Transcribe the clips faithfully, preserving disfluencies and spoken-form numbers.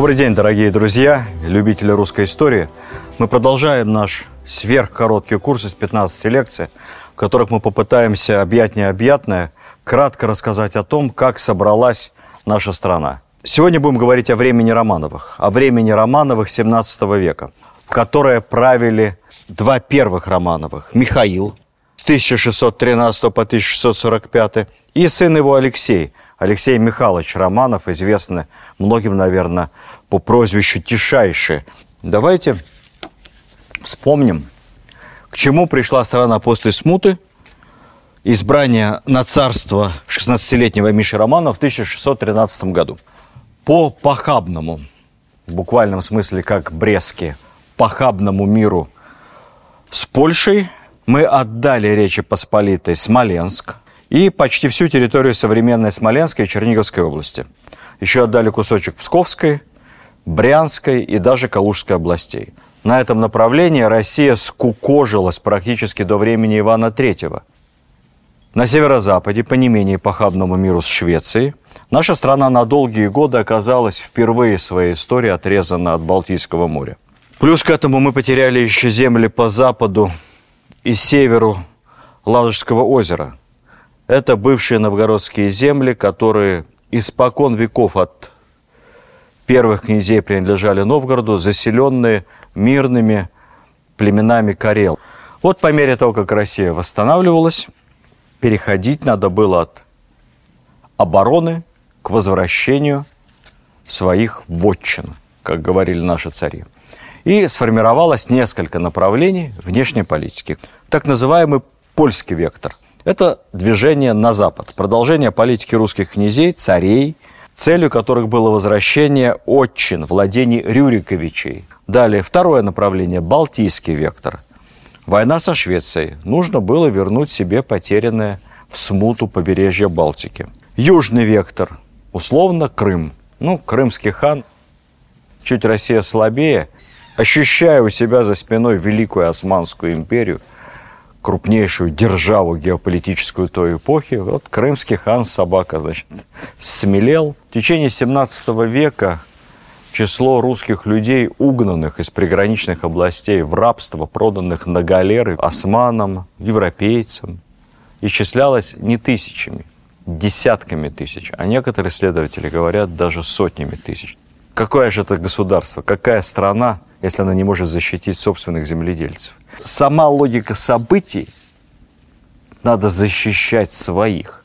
Добрый день, дорогие друзья, любители русской истории. Мы продолжаем наш сверхкороткий курс из пятнадцати лекций, в которых мы попытаемся объять необъятное, кратко рассказать о том, как собралась наша страна. Сегодня будем говорить о времени Романовых, о времени Романовых семнадцатого века, в которое правили два первых Романовых – Михаил с тысяча шестьсот тринадцатого по тысяча шестьсот сорок пятый и сын его Алексей, Алексей Михайлович Романов, известный многим, наверное, по прозвищу Тишайший. Давайте вспомним, к чему пришла страна после смуты, избрания на царство шестнадцатилетнего Миши Романова в тысяча шестьсот тринадцатом году. По похабному, в буквальном смысле как Брестски, похабному миру с Польшей мы отдали Речи Посполитой Смоленск и почти всю территорию современной Смоленской и Черниговской области. Еще отдали кусочек Псковской, Брянской и даже Калужской областей. На этом направлении Россия скукожилась практически до времени Ивана Третьего. На северо-западе, по не менее похабному миру с Швецией, наша страна на долгие годы оказалась впервые в своей истории отрезана от Балтийского моря. Плюс к этому мы потеряли еще земли по западу и северу Ладожского озера. Это бывшие новгородские земли, которые испокон веков от первых князей принадлежали Новгороду, заселенные мирными племенами карел. Вот по мере того, как Россия восстанавливалась, переходить надо было от обороны к возвращению своих вотчин, как говорили наши цари. И сформировалось несколько направлений внешней политики. Так называемый польский вектор. Это движение на запад, продолжение политики русских князей, царей, целью которых было возвращение отчин, владений Рюриковичей. Далее второе направление – Балтийский вектор. Война со Швецией. Нужно было вернуть себе потерянное в смуту побережье Балтики. Южный вектор, условно Крым. Ну, крымский хан, чуть Россия слабее, ощущая у себя за спиной Великую Османскую империю, крупнейшую державу геополитическую той эпохи, вот крымский хан собака, значит, смелел. В течение семнадцатого века число русских людей, угнанных из приграничных областей в рабство, проданных на галеры османам, европейцам, исчислялось не тысячами, десятками тысяч, а некоторые исследователи говорят даже сотнями тысяч. Какое же это государство, какая страна, если она не может защитить собственных земледельцев? Сама логика событий, надо защищать своих,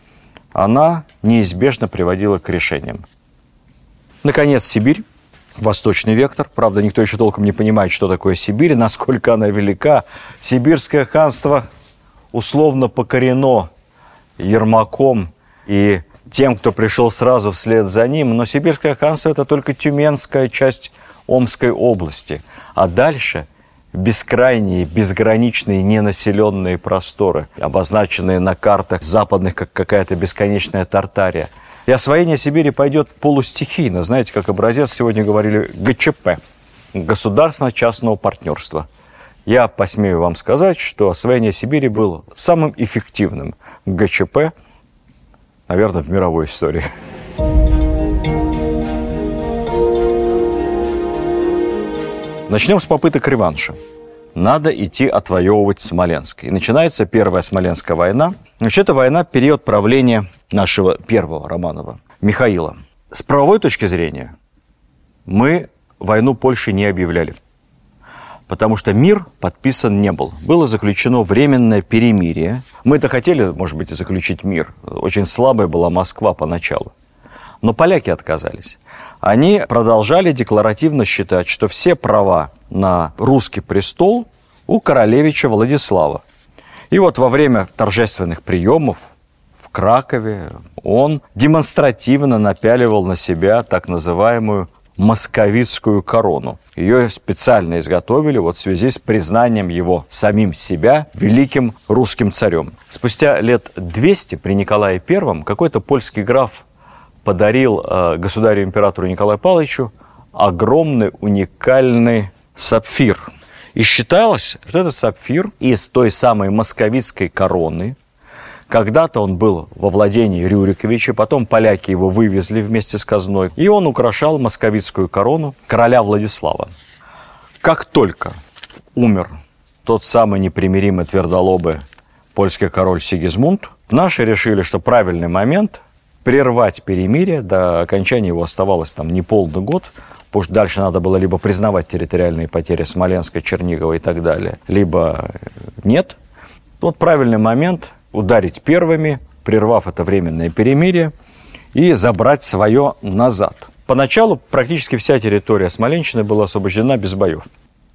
она неизбежно приводила к решениям. Наконец, Сибирь, восточный вектор. Правда, никто еще толком не понимает, что такое Сибирь, насколько она велика. Сибирское ханство условно покорено Ермаком и тем, кто пришел сразу вслед за ним. Но Сибирское ханство – это только тюменская часть Омской области. А дальше бескрайние, безграничные, ненаселенные просторы, обозначенные на картах западных, как какая-то бесконечная Тартария. И освоение Сибири пойдет полустихийно. Знаете, как образец сегодня говорили ГЧП – государственно-частного партнерства. Я посмею вам сказать, что освоение Сибири было самым эффективным ГЧП, наверное, в мировой истории. Начнем с попыток реванша. Надо идти отвоевывать Смоленск. И начинается Первая Смоленская война. Значит, это война, период правления нашего первого Романова, Михаила. С правовой точки зрения мы войну Польши не объявляли, потому что мир подписан не был. Было заключено временное перемирие. Мы-то хотели, может быть, и заключить мир. Очень слабая была Москва поначалу. Но поляки отказались. Они продолжали декларативно считать, что все права на русский престол у королевича Владислава. И вот во время торжественных приемов в Кракове он демонстративно напяливал на себя так называемую московитскую корону. Ее специально изготовили вот в связи с признанием его самим себя великим русским царем. Спустя лет двести при Николае Первом какой-то польский граф подарил э, государю-императору Николаю Павловичу огромный уникальный сапфир. И считалось, что этот сапфир из той самой московитской короны, Когда-то он был во владении Рюриковича, потом поляки его вывезли вместе с казной, и он украшал московитскую корону короля Владислава. Как только умер тот самый непримиримый твердолобый польский король Сигизмунд, наши решили, что правильный момент прервать перемирие. До окончания его оставалось там неполный год, потому что дальше надо было либо признавать территориальные потери Смоленска, Чернигова и так далее, либо нет. Вот правильный момент ударить первыми, прервав это временное перемирие, и забрать свое назад. Поначалу практически вся территория Смоленщины была освобождена без боев.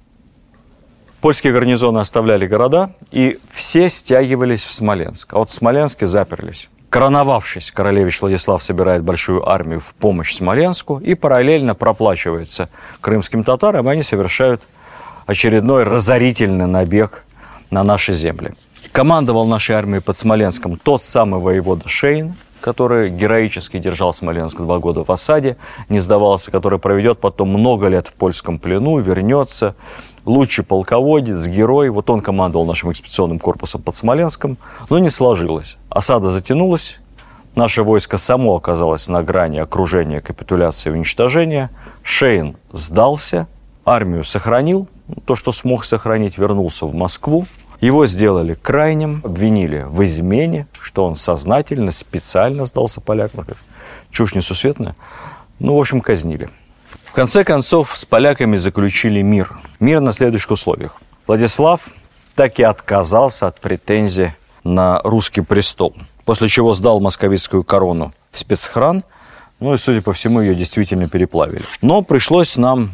Польские гарнизоны оставляли города, и все стягивались в Смоленск. А вот в Смоленске заперлись. Короновавшись, королевич Владислав собирает большую армию в помощь Смоленску и параллельно проплачивается крымским татарам, и они совершают очередной разорительный набег на наши земли. Командовал нашей армией под Смоленском тот самый воевода Шейн, который героически держал Смоленск два года в осаде, не сдавался, который проведет потом много лет в польском плену, вернется. Лучший полководец, герой. Вот он командовал нашим экспедиционным корпусом под Смоленском, но не сложилось. Осада затянулась, наше войско само оказалось на грани окружения, капитуляции и уничтожения. Шейн сдался, армию сохранил, то, что смог сохранить, вернулся в Москву. Его сделали крайним, обвинили в измене, что он сознательно, специально сдался полякам. Чушь несусветная. Ну, в общем, казнили. В конце концов, с поляками заключили мир. Мир на следующих условиях. Владислав так и отказался от претензий на русский престол, после чего сдал московитскую корону в спецхран, ну и, судя по всему, ее действительно переплавили. Но пришлось нам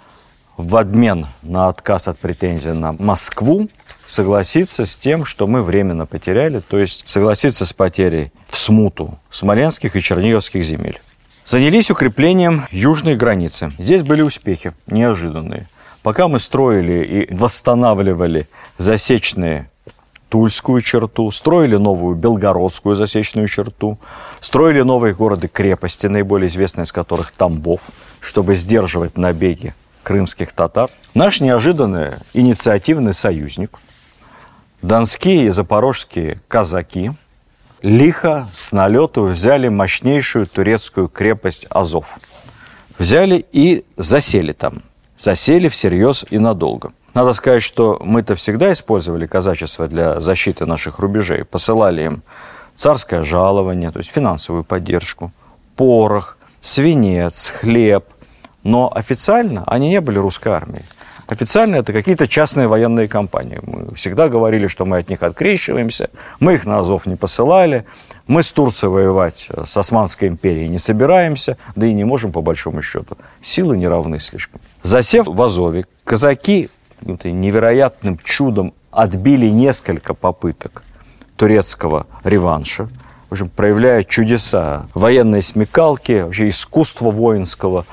в обмен на отказ от претензий на Москву согласиться с тем, что мы временно потеряли, то есть согласиться с потерей в смуту смоленских и черниговских земель. Занялись укреплением южной границы. Здесь были успехи неожиданные. Пока мы строили и восстанавливали засечные Тульскую черту, строили новую Белгородскую засечную черту, строили новые города-крепости, наиболее известные из которых Тамбов, чтобы сдерживать набеги крымских татар. Наш неожиданный инициативный союзник, донские и запорожские казаки, лихо с налету взяли мощнейшую турецкую крепость Азов. Взяли и засели там. Засели всерьез и надолго. Надо сказать, что мы-то всегда использовали казачество для защиты наших рубежей. Посылали им царское жалование, то есть финансовую поддержку, порох, свинец, хлеб. Но официально они не были русской армией. Официально это какие-то частные военные компании. Мы всегда говорили, что мы от них открещиваемся, мы их на Азов не посылали, мы с Турцией воевать с Османской империей не собираемся, да и не можем по большому счету. Силы не равны слишком. Засев в Азове, казаки каким-то невероятным чудом отбили несколько попыток турецкого реванша, в общем, проявляя чудеса военной смекалки, вообще искусства воинского.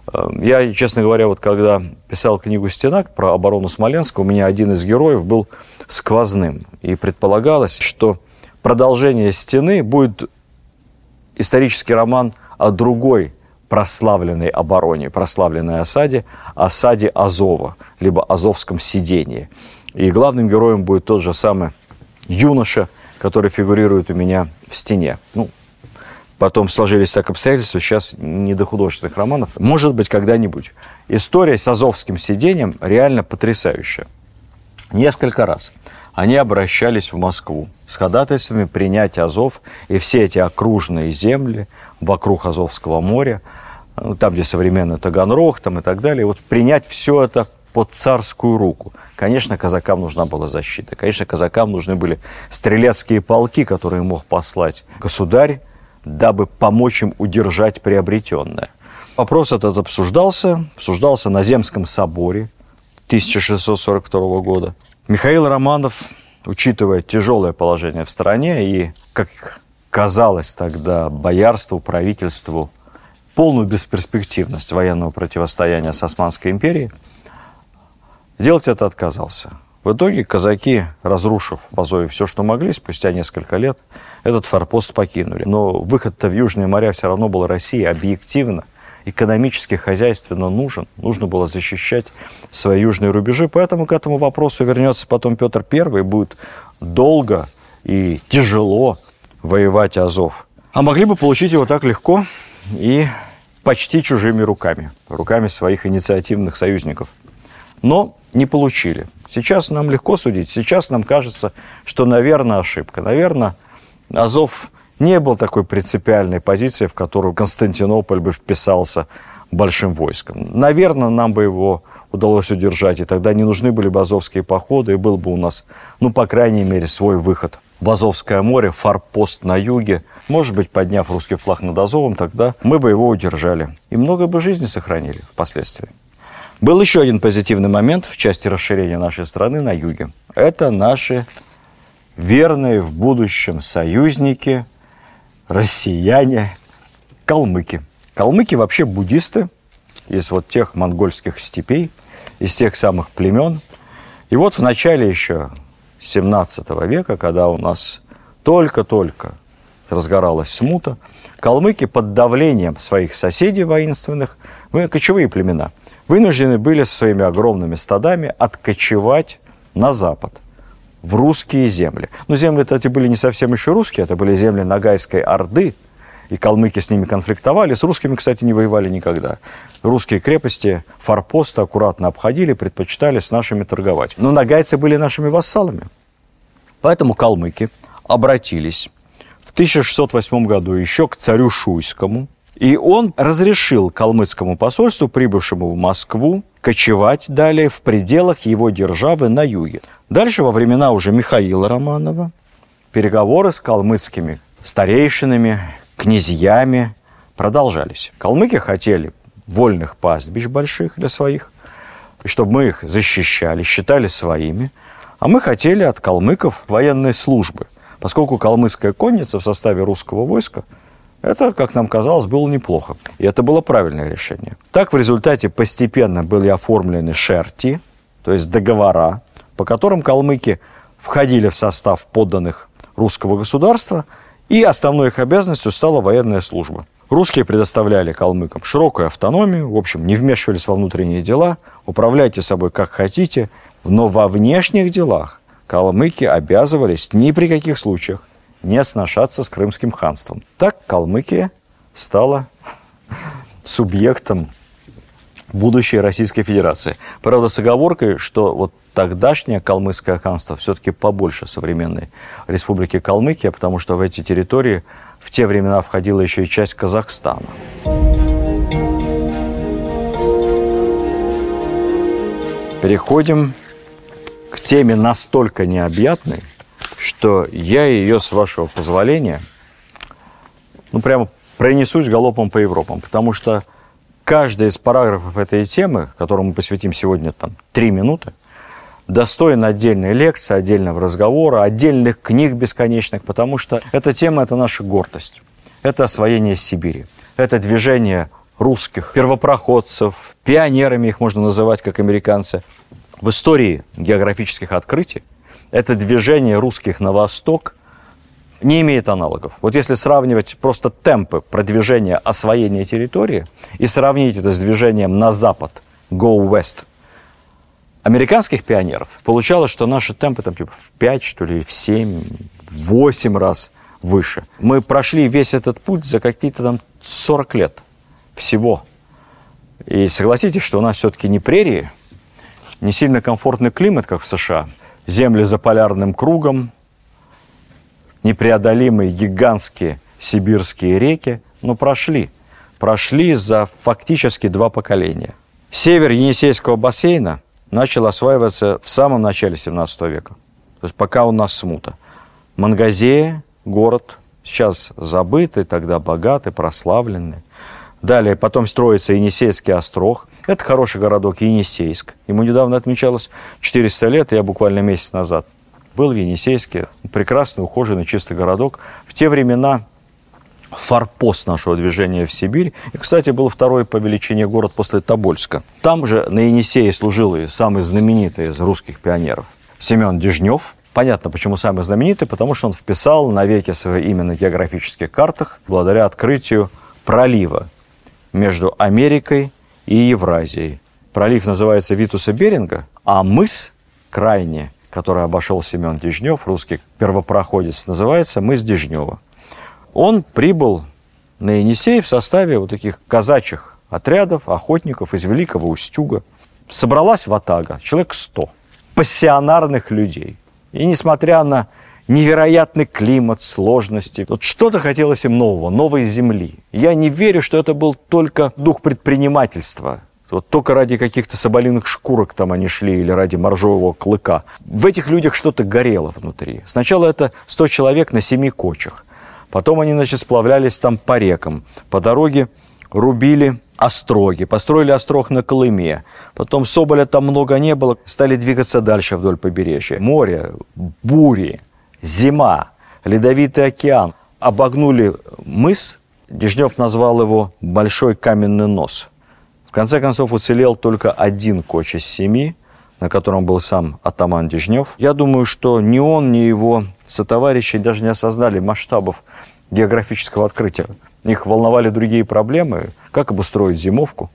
Я, честно говоря, вот когда писал книгу «Стенак» про оборону Смоленска, у меня один из героев был сквозным. И предполагалось, что продолжение «Стены» будет исторический роман о другой прославленной обороне, прославленной осаде, осаде Азова, либо Азовском сидении. И главным героем будет тот же самый юноша, который фигурирует у меня в «Стене». Ну, потом сложились так обстоятельства, сейчас не до художественных романов. Может быть, когда-нибудь. История с азовским сидением реально потрясающая. Несколько раз они обращались в Москву с ходатайствами принять Азов и все эти окружные земли вокруг Азовского моря, там, где современный Таганрог, там и так далее, вот принять все это под царскую руку. Конечно, казакам нужна была защита. Конечно, казакам нужны были стрелецкие полки, которые мог послать государь, дабы помочь им удержать приобретенное. Вопрос этот обсуждался, обсуждался на Земском соборе тысяча шестьсот сорок второго года. Михаил Романов, учитывая тяжелое положение в стране и, как казалось тогда, боярству, правительству, полную бесперспективность военного противостояния с Османской империей, делать это отказался. В итоге казаки, разрушив в Азове все, что могли, спустя несколько лет этот форпост покинули. Но выход-то в Южные моря все равно был России объективно, экономически, хозяйственно нужен. Нужно было защищать свои южные рубежи, поэтому к этому вопросу вернется потом Петр Первый, будет долго и тяжело воевать Азов. А могли бы получить его так легко и почти чужими руками, руками своих инициативных союзников. Но не получили. Сейчас нам легко судить, сейчас нам кажется, что, наверное, ошибка. Наверное, Азов не был такой принципиальной позицией, в которую Константинополь бы вписался большим войском. Наверное, нам бы его удалось удержать, и тогда не нужны были бы азовские походы, и был бы у нас, ну, по крайней мере, свой выход в Азовское море, форпост на юге. Может быть, подняв русский флаг над Азовом, тогда мы бы его удержали. И много бы жизни сохранили впоследствии. Был еще один позитивный момент в части расширения нашей страны на юге. Это наши верные в будущем союзники, россияне, калмыки. Калмыки вообще буддисты из вот тех монгольских степей, из тех самых племен. И вот в начале еще семнадцатого века, когда у нас только-только разгоралась смута, калмыки под давлением своих соседей воинственных, кочевые племена, вынуждены были со своими огромными стадами откочевать на запад, в русские земли. Но земли-то эти были не совсем еще русские, это были земли Ногайской Орды, и калмыки с ними конфликтовали. С русскими, кстати, не воевали никогда. Русские крепости, форпосты аккуратно обходили, предпочитали с нашими торговать. Но ногайцы были нашими вассалами. Поэтому калмыки обратились в тысяча шестьсот восьмом году еще к царю Шуйскому, и он разрешил калмыцкому посольству, прибывшему в Москву, кочевать далее в пределах его державы на юге. Дальше, во времена уже Михаила Романова, переговоры с калмыцкими старейшинами, князьями продолжались. Калмыки хотели вольных пастбищ больших для своих, чтобы мы их защищали, считали своими. А мы хотели от калмыков военной службы, поскольку калмыцкая конница в составе русского войска, это, как нам казалось, было неплохо. И это было правильное решение. Так в результате постепенно были оформлены шерти, то есть договора, по которым калмыки входили в состав подданных русского государства, и основной их обязанностью стала военная служба. Русские предоставляли калмыкам широкую автономию, в общем, не вмешивались во внутренние дела, управляйте собой как хотите, но во внешних делах калмыки обязывались ни при каких случаях не сношаться с Крымским ханством. Так Калмыкия стала субъектом будущей Российской Федерации. Правда, с оговоркой, что вот тогдашнее калмыцкое ханство все-таки побольше современной республики Калмыкия, потому что в эти территории в те времена входила еще и часть Казахстана. Переходим к теме настолько необъятной, что я ее, с вашего позволения, ну, прямо пронесусь галопом по Европам, потому что каждый из параграфов этой темы, которому мы посвятим сегодня там три минуты, достоин отдельной лекции, отдельного разговора, отдельных книг бесконечных, потому что эта тема – это наша гордость, это освоение Сибири, это движение русских первопроходцев, пионерами их можно называть, как американцы. В истории географических открытий это движение русских на восток не имеет аналогов. Вот если сравнивать просто темпы продвижения, освоения территории и сравнить это с движением на запад, go west, американских пионеров, получалось, что наши темпы там типа в пять, что ли, в семь, в восемь раз выше. Мы прошли весь этот путь за какие-то там сорок лет всего. И согласитесь, что у нас все-таки не прерии, не сильно комфортный климат, как в США, земли за полярным кругом, непреодолимые гигантские сибирские реки, но прошли. Прошли за фактически два поколения. Север Енисейского бассейна начал осваиваться в самом начале семнадцатого века. То есть пока у нас смута. Мангазея, город, сейчас забытый, тогда богатый, прославленный. Далее потом строится Енисейский острог. Это хороший городок Енисейск. Ему недавно отмечалось четыреста лет, я буквально месяц назад был в Енисейске. Прекрасный, ухоженный, чистый городок. В те времена форпост нашего движения в Сибирь. И, кстати, был второй по величине город после Тобольска. Там же на Енисее служил и самый знаменитый из русских пионеров Семен Дежнев. Понятно, почему самый знаменитый, потому что он вписал навеки свое имя на географических картах благодаря открытию пролива между Америкой и Евразией. Пролив называется Витуса Беринга, а мыс крайне, который обошел Семен Дежнев, русский первопроходец называется, мыс Дежнева. Он прибыл на Енисей в составе вот таких казачьих отрядов, охотников из Великого Устюга. Собралась ватага, человек сто, пассионарных людей. И несмотря на невероятный климат, сложности, вот что-то хотелось им нового, новой земли. Я не верю, что это был только дух предпринимательства. Вот только ради каких-то соболиных шкурок там они шли или ради моржового клыка. В этих людях что-то горело внутри. Сначала это сто человек на семи кочах. Потом они, значит, сплавлялись там по рекам. По дороге рубили остроги, построили острог на Колыме. Потом соболя там много не было, стали двигаться дальше вдоль побережья. Море, бури, зима, ледовитый океан. Обогнули мыс, Дежнев назвал его «Большой каменный нос». В конце концов уцелел только один коч из семи, на котором был сам атаман Дежнев. Я думаю, что ни он, ни его сотоварищи даже не осознали масштабов географического открытия. Их волновали другие проблемы, как обустроить зимовку,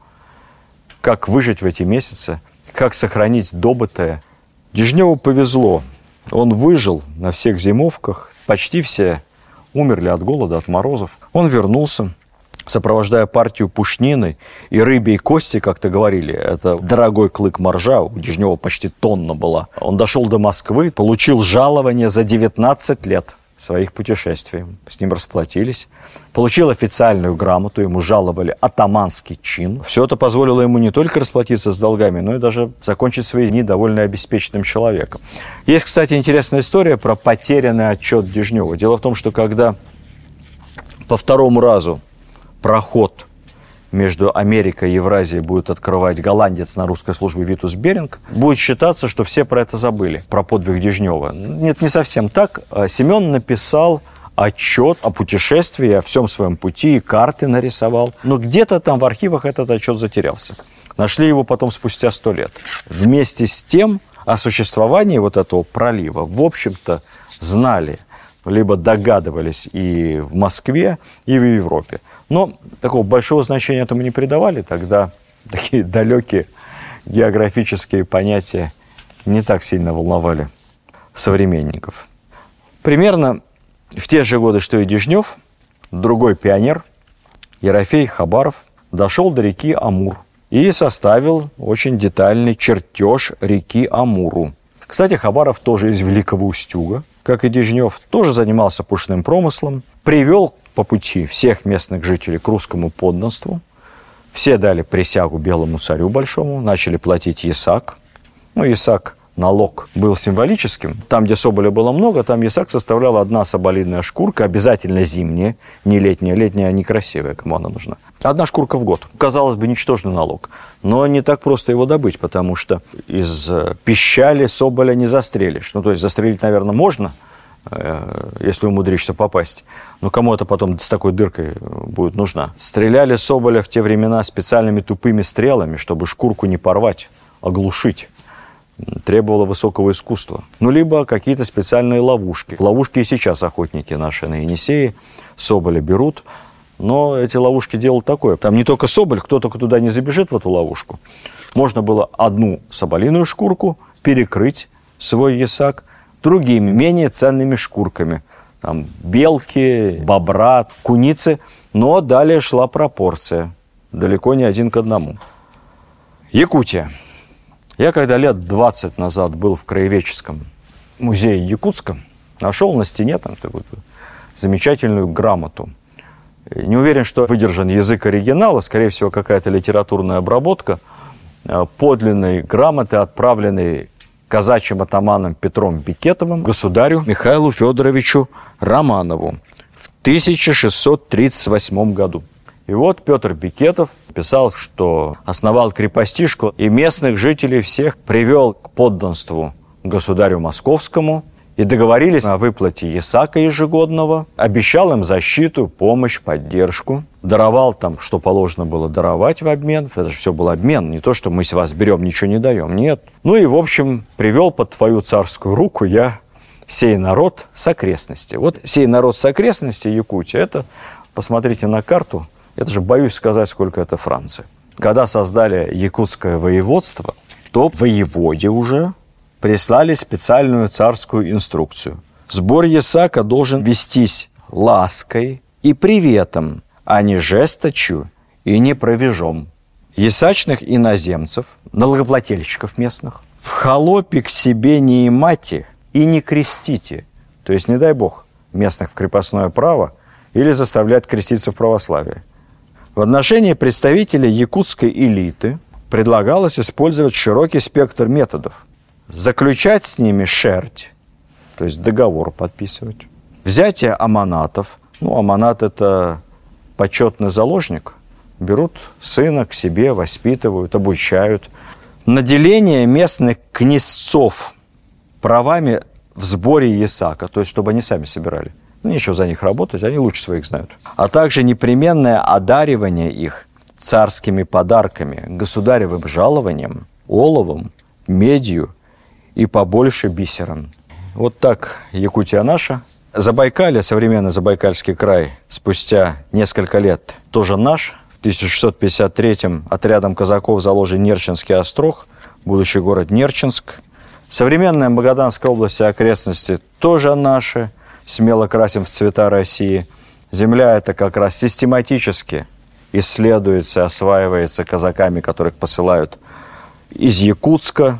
как выжить в эти месяцы, как сохранить добытое. Дежневу повезло. Он выжил на всех зимовках. Почти все умерли от голода, от морозов. Он вернулся, сопровождая партию пушнины и рыбьей кости, как-то говорили. Это дорогой клык моржа, у Дежнева почти тонна была. Он дошел до Москвы, получил жалование за девятнадцать лет своих путешествий. С ним расплатились. Получил официальную грамоту, ему жаловали атаманский чин. Все это позволило ему не только расплатиться с долгами, но и даже закончить свои дни довольно обеспеченным человеком. Есть, кстати, интересная история про потерянный отчет Дежнева. Дело в том, что когда по второму разу проход между Америкой и Евразией будет открывать голландец на русской службе Витус Беринг, будет считаться, что все про это забыли, про подвиг Дежнева. Нет, не совсем так. Семен написал отчет о путешествии, о всем своем пути, и карты нарисовал. Но где-то там в архивах этот отчет затерялся. Нашли его потом спустя сто лет. Вместе с тем о существовании вот этого пролива, в общем-то, знали, либо догадывались и в Москве, и в Европе. Но такого большого значения этому не придавали. Тогда такие далекие географические понятия не так сильно волновали современников. Примерно в те же годы, что и Дежнев, другой пионер, Ерофей Хабаров, дошел до реки Амур и составил очень детальный чертеж реки Амуру. Кстати, Хабаров тоже из Великого Устюга, как и Дежнев, тоже занимался пушным промыслом, привел по пути всех местных жителей к русскому подданству. Все дали присягу белому царю большому, начали платить ясак. Ну, ясак, налог был символическим. Там, где соболя было много, там ясак составляла одна соболиная шкурка, обязательно зимняя, не летняя. Летняя некрасивая, кому она нужна. Одна шкурка в год. Казалось бы, ничтожный налог. Но не так просто его добыть, потому что из пищали соболя не застрелишь. Ну, то есть застрелить, наверное, можно, если умудришься попасть. Но кому это потом с такой дыркой будет нужна? Стреляли соболя в те времена специальными тупыми стрелами, чтобы шкурку не порвать, оглушить. Требовало высокого искусства. Ну, либо какие-то специальные ловушки. Ловушки и сейчас охотники наши на Енисее соболя берут. Но эти ловушки делают такое. Там не только соболь, кто только туда не забежит, в эту ловушку. Можно было одну соболиную шкурку перекрыть, свой ясак, другими, менее ценными шкурками. Там белки, бобра, куницы. Но далее шла пропорция. Далеко не один к одному. Якутия. Я когда лет двадцать назад был в Краеведческом музее Якутска, нашел на стене там такую замечательную грамоту. Не уверен, что выдержан язык оригинала, скорее всего, какая-то литературная обработка подлинной грамоты, отправленной казачьим атаманом Петром Бекетовым государю Михаилу Федоровичу Романову в тысяча шестьсот тридцать восьмом году. И вот Петр Бекетов писал, что основал крепостишку и местных жителей всех привел к подданству государю московскому и договорились о выплате ясака ежегодного, обещал им защиту, помощь, поддержку, даровал там, что положено было даровать в обмен. Это же все был обмен, не то, что мы с вас берем, ничего не даем, нет. Ну и, в общем, привел под твою царскую руку я сей народ с окрестности. Вот сей народ с окрестности Якутии, это, посмотрите на карту, это же боюсь сказать, сколько это Франции. Когда создали якутское воеводство, то воеводе уже прислали специальную царскую инструкцию. Сбор ясака должен вестись лаской и приветом, а не жесточью и не провежом. Ясачных иноземцев, налогоплательщиков местных, в холопе к себе не имайте и не крестите. То есть, не дай бог, местных в крепостное право или заставлять креститься в православие. В отношении представителей якутской элиты предлагалось использовать широкий спектр методов. Заключать с ними шерть, то есть договор подписывать. Взятие аманатов. Ну, аманат – это почетный заложник. Берут сына к себе, воспитывают, обучают. Наделение местных князцов правами в сборе ясака, то есть чтобы они сами собирали. Ну, нечего за них работать, они лучше своих знают. А также непременное одаривание их царскими подарками, государевым жалованием, оловом, медью и побольше бисером. Вот так Якутия наша. Забайкалье, современный Забайкальский край, спустя несколько лет тоже наш. В тысяча шестьсот пятьдесят третьем отрядом казаков заложен Нерчинский острог, будущий город Нерчинск. Современная Магаданская область и окрестности тоже наши. Смело красим в цвета России. Земля эта как раз систематически исследуется, осваивается казаками, которых посылают из Якутска.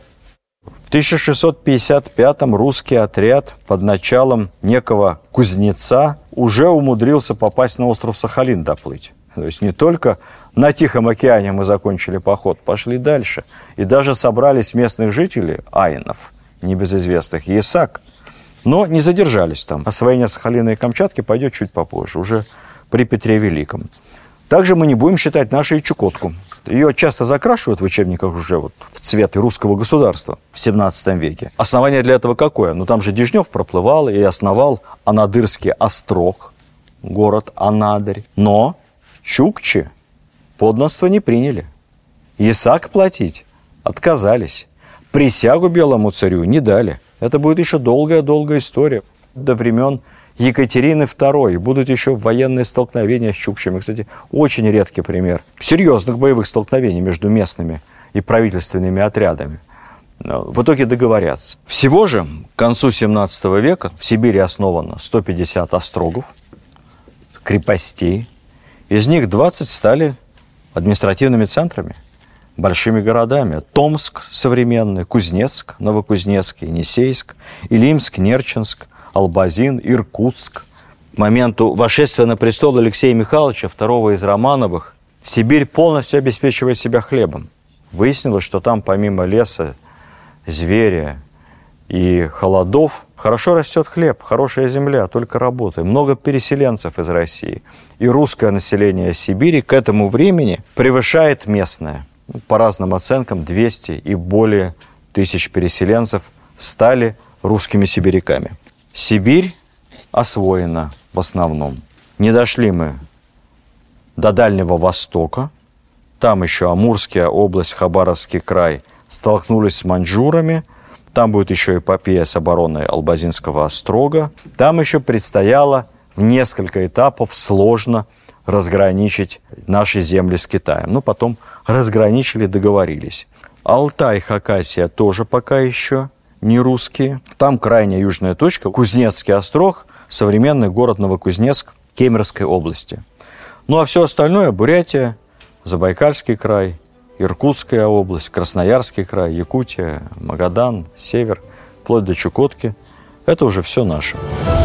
В тысяча шестьсот пятьдесят пятом русский отряд под началом некого кузнеца уже умудрился попасть на остров Сахалин, доплыть. То есть не только на Тихом океане мы закончили поход, пошли дальше. И даже собрались местных жителей, айнов, небезызвестных, ясак, но не задержались там. Освоение Сахалина и Камчатки пойдет чуть попозже, уже при Петре Великом. Также мы не будем считать нашу и Чукотку. Ее часто закрашивают в учебниках уже вот в цветы русского государства в семнадцатом веке. Основание для этого какое? Ну, там же Дежнев проплывал и основал Анадырский острог, город Анадырь. Но чукчи подданство не приняли. Ясак платить отказались. Присягу белому царю не дали. Это будет еще долгая-долгая история. До времен Екатерины второй будут еще военные столкновения с чукчами. Кстати, очень редкий пример серьезных боевых столкновений между местными и правительственными отрядами. В итоге договорятся. Всего же к концу семнадцатого века в Сибири основано сто пятьдесят острогов, крепостей. Из них двадцать стали административными центрами, большими городами. Томск современный, Кузнецк, Новокузнецк, Енисейск, Илимск, Нерчинск, Албазин, Иркутск. К моменту восшествия на престол Алексея Михайловича, второго из Романовых, Сибирь полностью обеспечивает себя хлебом. Выяснилось, что там помимо леса, зверя и холодов хорошо растет хлеб, хорошая земля, только работа. Много переселенцев из России. И русское население Сибири к этому времени превышает местное. По разным оценкам, двести и более тысяч переселенцев стали русскими сибиряками. Сибирь освоена в основном. Не дошли мы до Дальнего Востока. Там еще Амурская область, Хабаровский край столкнулись с маньчжурами. Там будет еще эпопея с обороной Албазинского острога. Там еще предстояло в несколько этапов сложно разграничить наши земли с Китаем. Но потом разграничили, договорились. Алтай, Хакасия тоже пока еще не русские. Там крайняя южная точка, Кузнецкий острог, современный город Новокузнецк Кемеровской области. Ну а все остальное – Бурятия, Забайкальский край, Иркутская область, Красноярский край, Якутия, Магадан, Север, вплоть до Чукотки – это уже все наше.